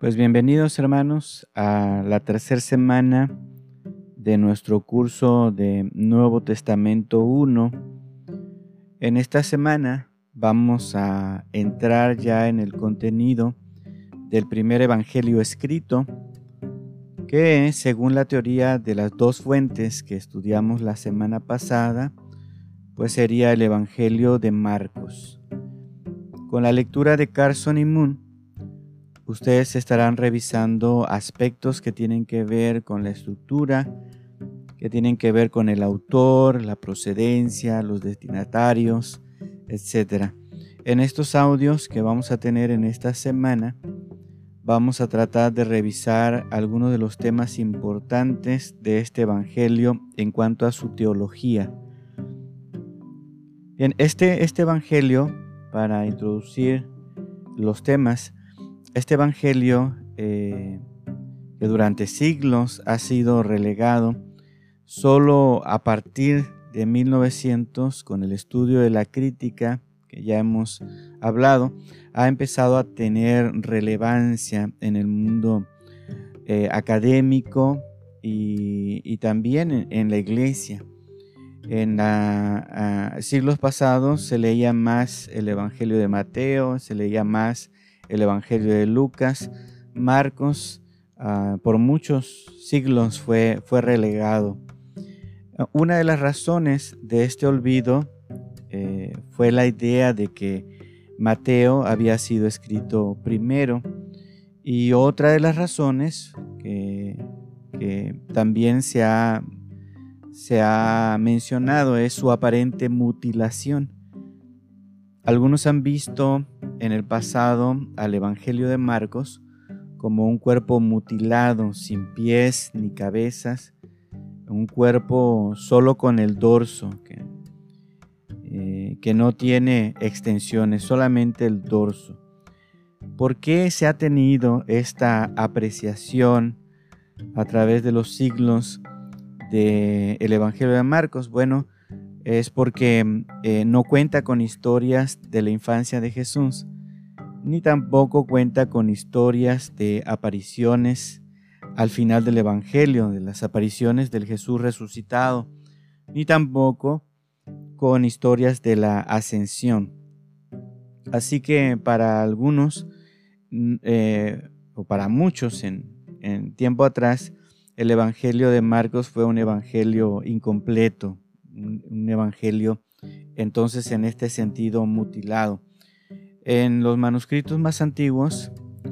Pues bienvenidos, hermanos, a la tercera semana de nuestro curso de Nuevo Testamento 1. En esta semana vamos a entrar ya en el contenido del primer evangelio escrito, que según la teoría de las dos fuentes que estudiamos la semana pasada, pues sería el evangelio de Marcos. Con la lectura de Carson y Moon, ustedes estarán revisando aspectos que tienen que ver con la estructura, que tienen que ver con el autor, la procedencia, los destinatarios, etc. En estos audios que vamos a tener en esta semana, vamos a tratar de revisar algunos de los temas importantes de este evangelio en cuanto a su teología. Bien, este evangelio, para introducir los temas, este evangelio que durante siglos ha sido relegado, solo a partir de 1900, con el estudio de la crítica que ya hemos hablado, ha empezado a tener relevancia en el mundo académico y también en la iglesia. En siglos pasados se leía más el evangelio de Mateo, se leía más el evangelio de Lucas. Marcos por muchos siglos fue relegado. Una de las razones de este olvido fue la idea de que Mateo había sido escrito primero, y otra de las razones que también se ha mencionado es su aparente mutilación. Algunos han visto en el pasado al evangelio de Marcos como un cuerpo mutilado, sin pies ni cabezas, un cuerpo solo con el dorso, que no tiene extensiones, solamente el dorso. ¿Por qué se ha tenido esta apreciación a través de los siglos del evangelio de Marcos? Bueno, es porque no cuenta con historias de la infancia de Jesús, ni tampoco cuenta con historias de apariciones al final del evangelio, de las apariciones del Jesús resucitado, ni tampoco con historias de la ascensión. Así que para algunos, o para muchos en tiempo atrás, el evangelio de Marcos fue un evangelio incompleto, un evangelio entonces en este sentido mutilado. En los manuscritos más antiguos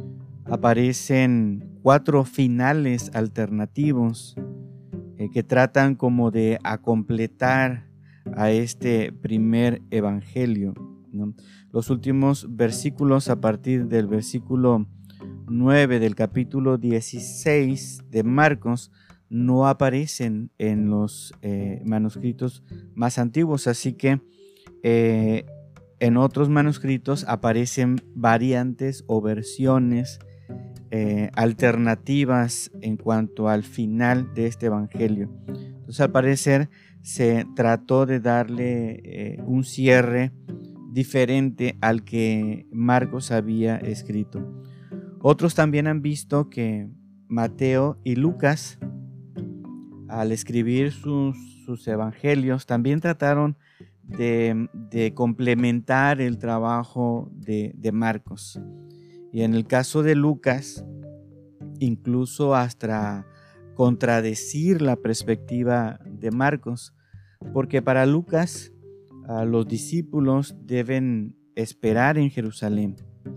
aparecen 4 finales alternativos que tratan como de completar a este primer evangelio, ¿no? Los últimos versículos, a partir del versículo 9 del capítulo 16 de Marcos, no aparecen en los manuscritos más antiguos, así que en otros manuscritos aparecen variantes o versiones alternativas en cuanto al final de este evangelio. Entonces, al parecer, se trató de darle un cierre diferente al que Marcos había escrito. Otros también han visto que Mateo y Lucas, al escribir sus evangelios, también trataron de complementar el trabajo de Marcos. Y en el caso de Lucas, incluso hasta contradecir la perspectiva de Marcos, porque para Lucas los discípulos deben esperar en Jerusalén,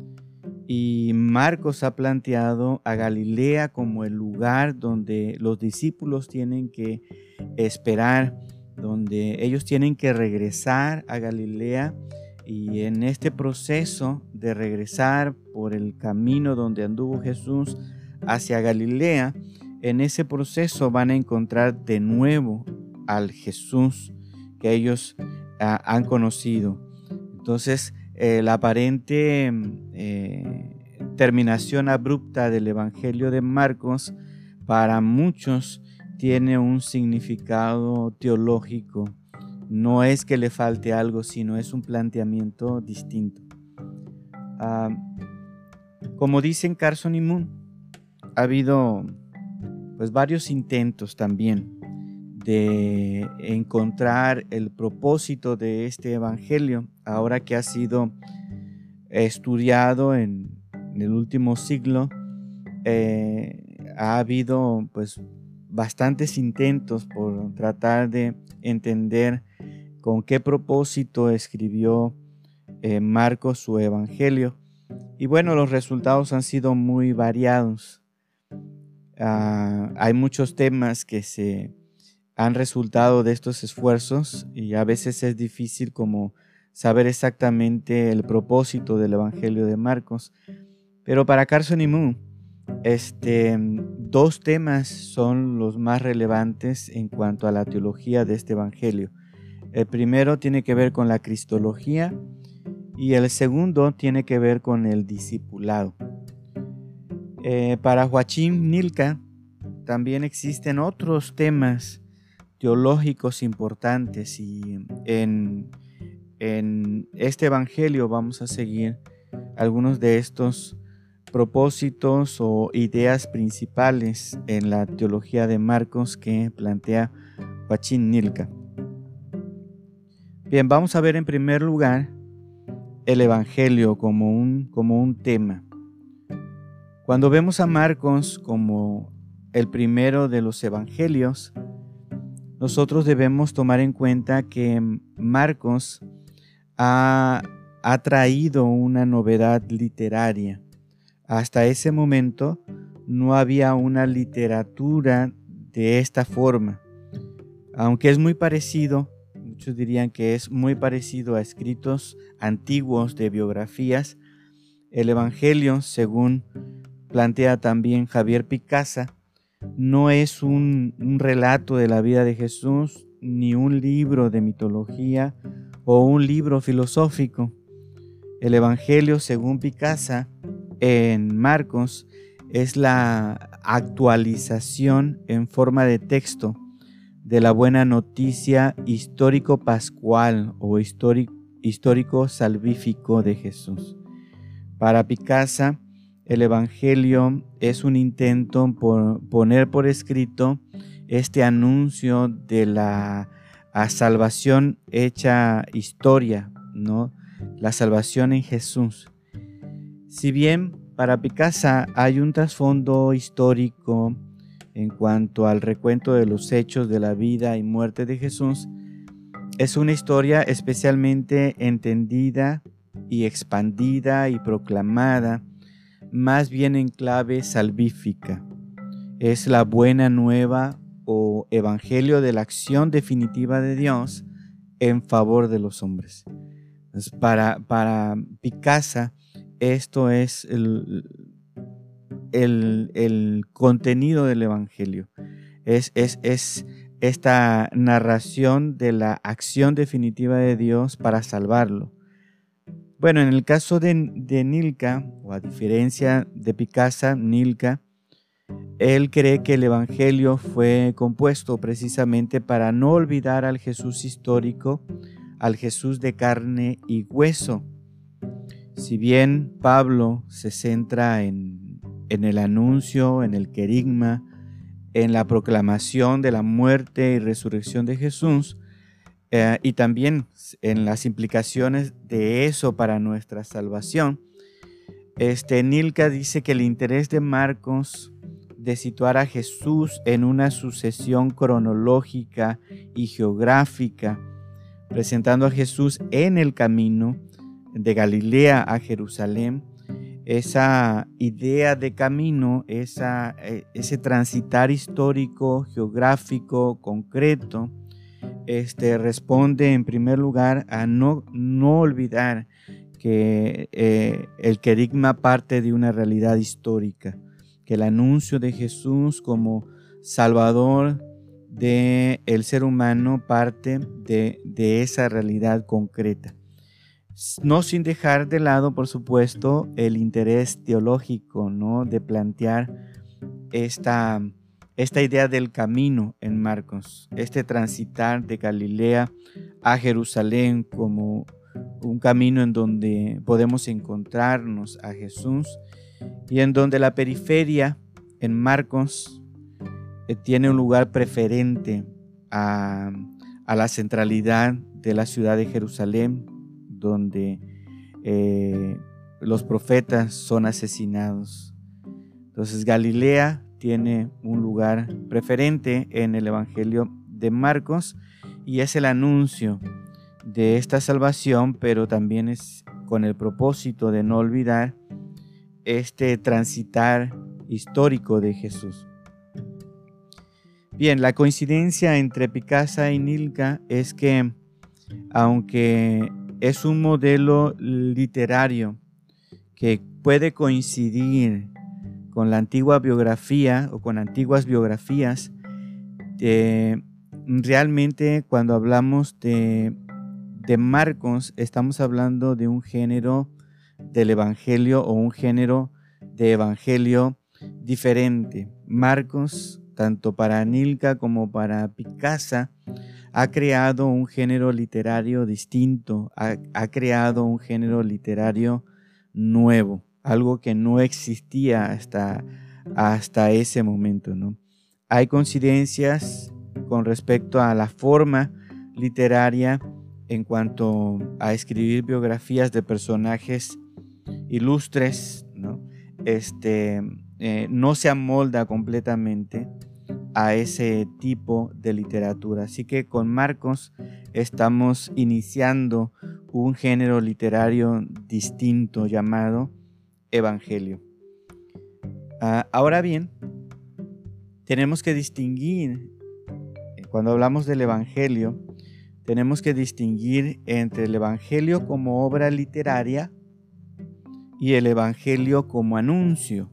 y Marcos ha planteado a Galilea como el lugar donde los discípulos tienen que esperar, donde ellos tienen que regresar a Galilea, y en este proceso de regresar por el camino donde anduvo Jesús hacia Galilea, en ese proceso van a encontrar de nuevo al Jesús que ellos han conocido. Entonces, la aparente terminación abrupta del evangelio de Marcos para muchos tiene un significado teológico. No es que le falte algo, sino es un planteamiento distinto. Como dicen Carson y Moon, ha habido pues varios intentos también de encontrar el propósito de este evangelio, ahora que ha sido estudiado en el último siglo. Ha habido pues bastantes intentos por tratar de entender con qué propósito escribió Marcos su evangelio, y bueno, los resultados han sido muy variados. Hay muchos temas que se han resultado de estos esfuerzos y a veces es difícil como saber exactamente el propósito del evangelio de Marcos, pero para Carson y Moon, dos temas son los más relevantes en cuanto a la teología de este evangelio. El primero tiene que ver con la cristología y el segundo tiene que ver con el discipulado. Para Joachim Nilka también existen otros temas teológicos importantes, y en este evangelio vamos a seguir algunos de estos propósitos o ideas principales en la teología de Marcos que plantea Joachim Nilka. Bien, vamos a ver en primer lugar el evangelio como un tema. Cuando vemos a Marcos como el primero de los evangelios, nosotros debemos tomar en cuenta que Marcos ha traído una novedad literaria. Hasta ese momento no había una literatura de esta forma. Aunque es muy parecido, muchos dirían que es muy parecido a escritos antiguos de biografías, el evangelio, según plantea también Javier Picasa, no es un relato de la vida de Jesús, ni un libro de mitología o un libro filosófico. El evangelio, según Picasa, en Marcos, es la actualización en forma de texto de la buena noticia histórico-pascual o histórico-salvífico de Jesús. Para Picasa, el evangelio es un intento por poner por escrito este anuncio de la salvación hecha historia, ¿no? La salvación en Jesús. Si bien para Picasa hay un trasfondo histórico en cuanto al recuento de los hechos de la vida y muerte de Jesús, es una historia especialmente entendida y expandida y proclamada más bien en clave salvífica. Es la buena nueva o evangelio de la acción definitiva de Dios en favor de los hombres. Entonces, para Picasa, esto es el contenido del evangelio. Es esta narración de la acción definitiva de Dios para salvarlo. Bueno, en el caso de Nilka, o a diferencia de Picasa, Nilka, él cree que el evangelio fue compuesto precisamente para no olvidar al Jesús histórico, al Jesús de carne y hueso. Si bien Pablo se centra en el anuncio, en el querigma, en la proclamación de la muerte y resurrección de Jesús, y también en las implicaciones de eso para nuestra salvación, Nilka dice que el interés de Marcos de situar a Jesús en una sucesión cronológica y geográfica, presentando a Jesús en el camino de Galilea a Jerusalén, esa idea de camino, ese transitar histórico, geográfico, concreto, responde en primer lugar a no olvidar que el querigma parte de una realidad histórica, que el anuncio de Jesús como Salvador del ser humano parte de esa realidad concreta. No sin dejar de lado, por supuesto, el interés teológico, ¿no?, de plantear esta idea del camino en Marcos, transitar de Galilea a Jerusalén como un camino en donde podemos encontrarnos a Jesús y en donde la periferia en Marcos tiene un lugar preferente a la centralidad de la ciudad de Jerusalén, donde los profetas son asesinados. Entonces Galilea tiene un lugar preferente en el Evangelio de Marcos y es el anuncio de esta salvación, pero también es con el propósito de no olvidar este transitar histórico de Jesús. Bien, la coincidencia entre Picasa y Nilka es que, aunque es un modelo literario que puede coincidir con la antigua biografía o con antiguas biografías, realmente cuando hablamos de Marcos estamos hablando de un género del evangelio o un género de evangelio diferente. Marcos, tanto para Nilka como para Picasa, ha creado un género literario distinto, ha creado un género literario nuevo, algo que no existía hasta ese momento, ¿no? Hay coincidencias con respecto a la forma literaria en cuanto a escribir biografías de personajes ilustres, ¿no? No se amolda completamente a ese tipo de literatura. Así que con Marcos estamos iniciando un género literario distinto llamado evangelio. Ahora bien, tenemos que distinguir, cuando hablamos del evangelio, tenemos que distinguir entre el evangelio como obra literaria y el evangelio como anuncio.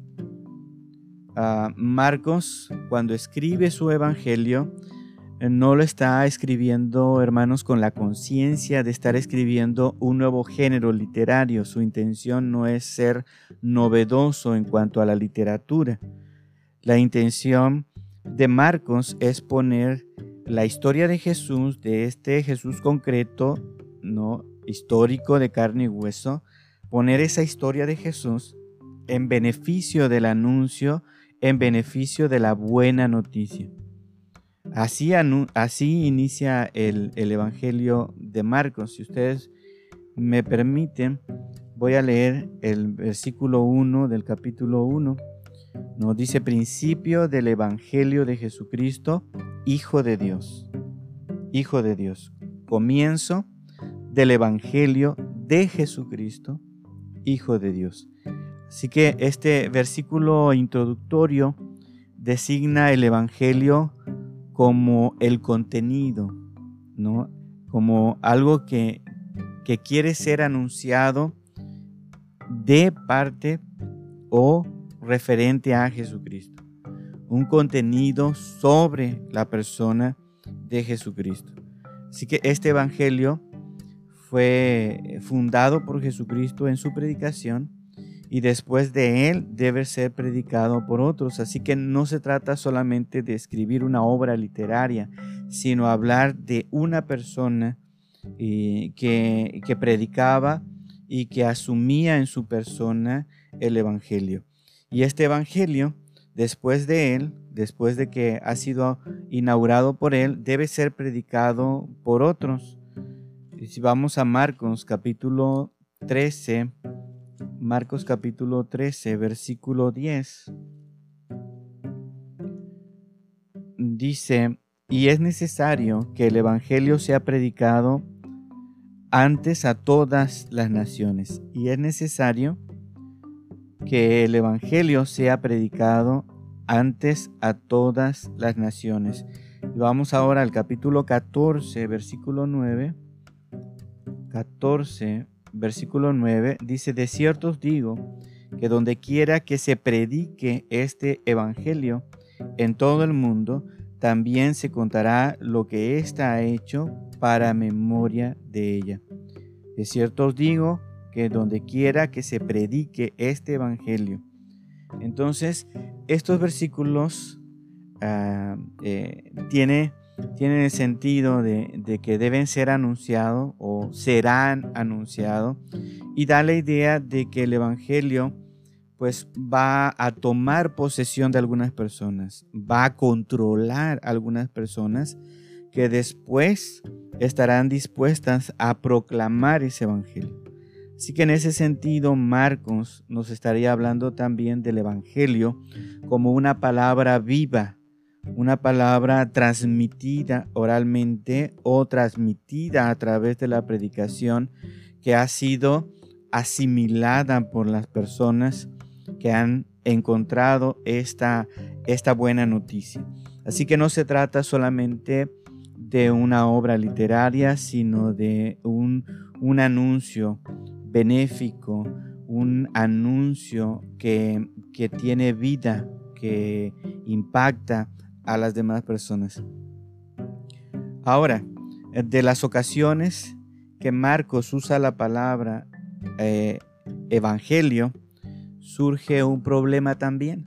Marcos, cuando escribe su evangelio, no lo está escribiendo, hermanos, con la conciencia de estar escribiendo un nuevo género literario. Su intención no es ser novedoso en cuanto a la literatura. La intención de Marcos es poner la historia de Jesús, de este Jesús concreto, ¿no?, histórico de carne y hueso, poner esa historia de Jesús en beneficio del anuncio, en beneficio de la buena noticia. Así inicia el Evangelio de Marcos. Si ustedes me permiten, voy a leer el versículo 1 del capítulo 1. Nos dice: principio del Evangelio de Jesucristo, Hijo de Dios. Hijo de Dios. Comienzo del Evangelio de Jesucristo, Hijo de Dios. Así que este versículo introductorio designa el Evangelio como el contenido, ¿no?, como algo que quiere ser anunciado de parte o referente a Jesucristo. Un contenido sobre la persona de Jesucristo. Así que este Evangelio fue fundado por Jesucristo en su predicación y después de él debe ser predicado por otros. Así que no se trata solamente de escribir una obra literaria, sino hablar de una persona que predicaba y que asumía en su persona el Evangelio. Y este Evangelio, después de que ha sido inaugurado por él, debe ser predicado por otros. Y si vamos a Marcos capítulo 13, versículo 10, dice: y es necesario que el Evangelio sea predicado antes a todas las naciones. Y es necesario que el Evangelio sea predicado antes a todas las naciones. Y vamos ahora al capítulo 14, versículo 9. 14, versículo 9, dice: de cierto os digo que donde quiera que se predique este evangelio en todo el mundo, también se contará lo que ésta ha hecho para memoria de ella. De cierto os digo que donde quiera que se predique este evangelio. Entonces, estos versículos tienen el sentido de que deben ser anunciados o serán anunciados, y da la idea de que el evangelio pues va a tomar posesión de algunas personas, va a controlar a algunas personas que después estarán dispuestas a proclamar ese evangelio. Así que en ese sentido, Marcos nos estaría hablando también del evangelio como una palabra viva, una palabra transmitida oralmente o transmitida a través de la predicación que ha sido asimilada por las personas que han encontrado esta buena noticia. Así que no se trata solamente de una obra literaria, sino de un anuncio benéfico, un anuncio que tiene vida, que impacta a las demás personas. Ahora, de las ocasiones que Marcos usa la palabra evangelio, surge un problema también.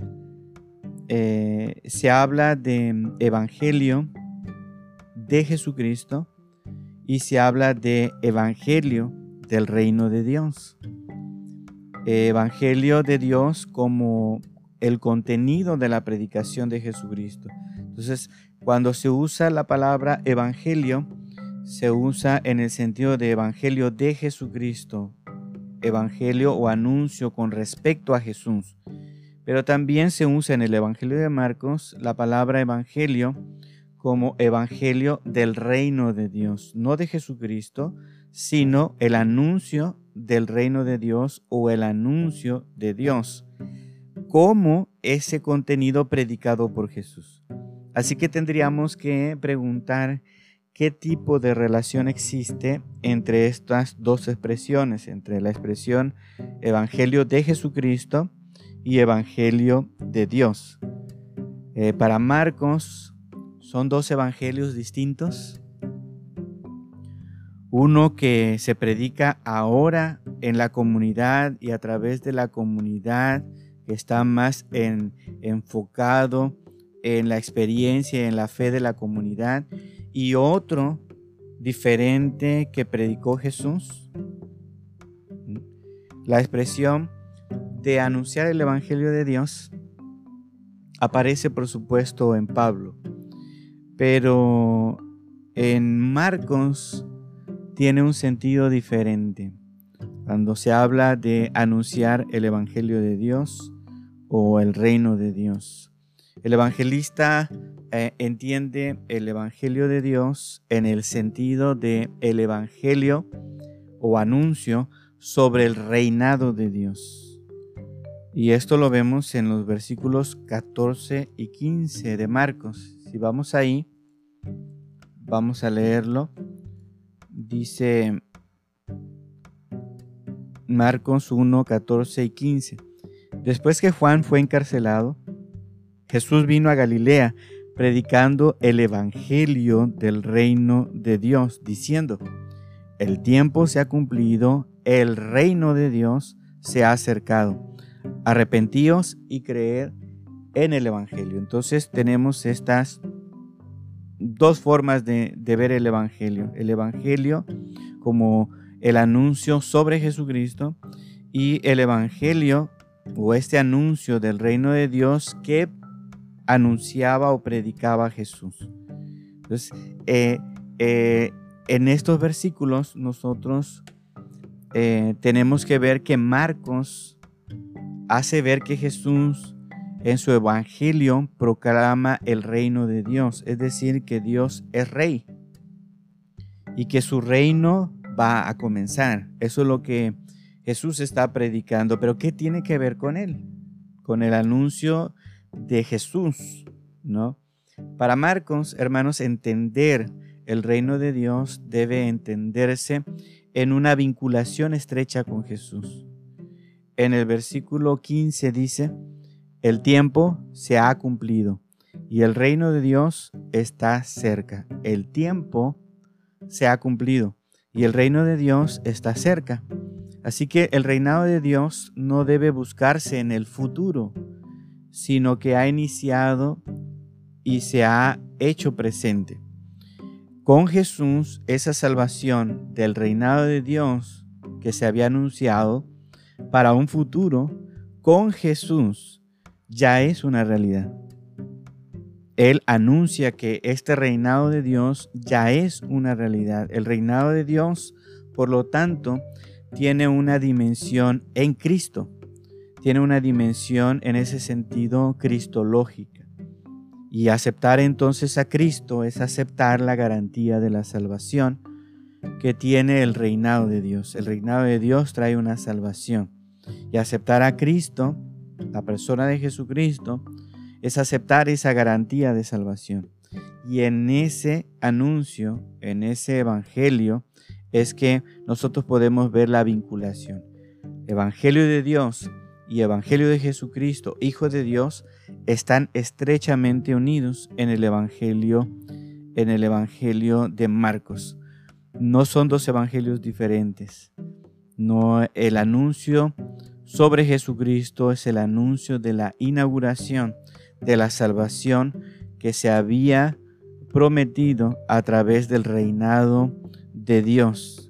Se habla de evangelio de Jesucristo y se habla de evangelio del reino de Dios. Evangelio de Dios como el contenido de la predicación de Jesucristo. Entonces, cuando se usa la palabra evangelio, se usa en el sentido de evangelio de Jesucristo, evangelio o anuncio con respecto a Jesús. Pero también se usa en el evangelio de Marcos la palabra evangelio como evangelio del reino de Dios, no de Jesucristo, sino el anuncio del reino de Dios o el anuncio de Dios, como ese contenido predicado por Jesús. Así que tendríamos que preguntar qué tipo de relación existe entre estas dos expresiones, entre la expresión evangelio de Jesucristo y evangelio de Dios. Para Marcos son dos evangelios distintos. Uno que se predica ahora en la comunidad y a través de la comunidad, que está más enfocado en la experiencia y en la fe de la comunidad, y otro diferente que predicó Jesús. La expresión de anunciar el evangelio de Dios aparece, por supuesto, en Pablo, pero en Marcos tiene un sentido diferente cuando se habla de anunciar el evangelio de Dios o el reino de Dios. El evangelista entiende el evangelio de Dios en el sentido de el evangelio o anuncio sobre el reinado de Dios. Y esto lo vemos en los versículos 14 y 15 de Marcos. Si vamos ahí, vamos a leerlo. Dice Marcos 1, 14 y 15. Después que Juan fue encarcelado, Jesús vino a Galilea predicando el evangelio del reino de Dios, diciendo: el tiempo se ha cumplido, el reino de Dios se ha acercado. Arrepentíos y creed en el evangelio. Entonces tenemos estas dos formas de ver el evangelio. El evangelio como el anuncio sobre Jesucristo y el evangelio o este anuncio del reino de Dios que anunciaba o predicaba Jesús. Entonces, en estos versículos nosotros tenemos que ver que Marcos hace ver que Jesús en su evangelio proclama el reino de Dios, es decir, que Dios es rey y que su reino va a comenzar. Eso es lo que Jesús está predicando. Pero ¿qué tiene que ver con él? Con el anuncio de Jesús, ¿no? Para Marcos, hermanos, entender el reino de Dios debe entenderse en una vinculación estrecha con Jesús. En el versículo 15 dice: el tiempo se ha cumplido y el reino de Dios está cerca. El tiempo se ha cumplido y el reino de Dios está cerca. Así que el reinado de Dios no debe buscarse en el futuro, sino que ha iniciado y se ha hecho presente. Con Jesús, esa salvación del reinado de Dios que se había anunciado para un futuro con Jesús ya es una realidad. Él anuncia que este reinado de Dios ya es una realidad. El reinado de Dios, por lo tanto, tiene una dimensión en Cristo. Tiene una dimensión en ese sentido cristológica. Y aceptar entonces a Cristo es aceptar la garantía de la salvación que tiene el reinado de Dios. El reinado de Dios trae una salvación. Y aceptar a Cristo, la persona de Jesucristo, es aceptar esa garantía de salvación. Y en ese anuncio, en ese evangelio, es que nosotros podemos ver la vinculación. Evangelio de Dios y evangelio de Jesucristo, Hijo de Dios, están estrechamente unidos en el evangelio de Marcos. No son dos evangelios diferentes. No, el anuncio sobre Jesucristo es el anuncio de la inauguración de la salvación que se había prometido a través del reinado de Dios.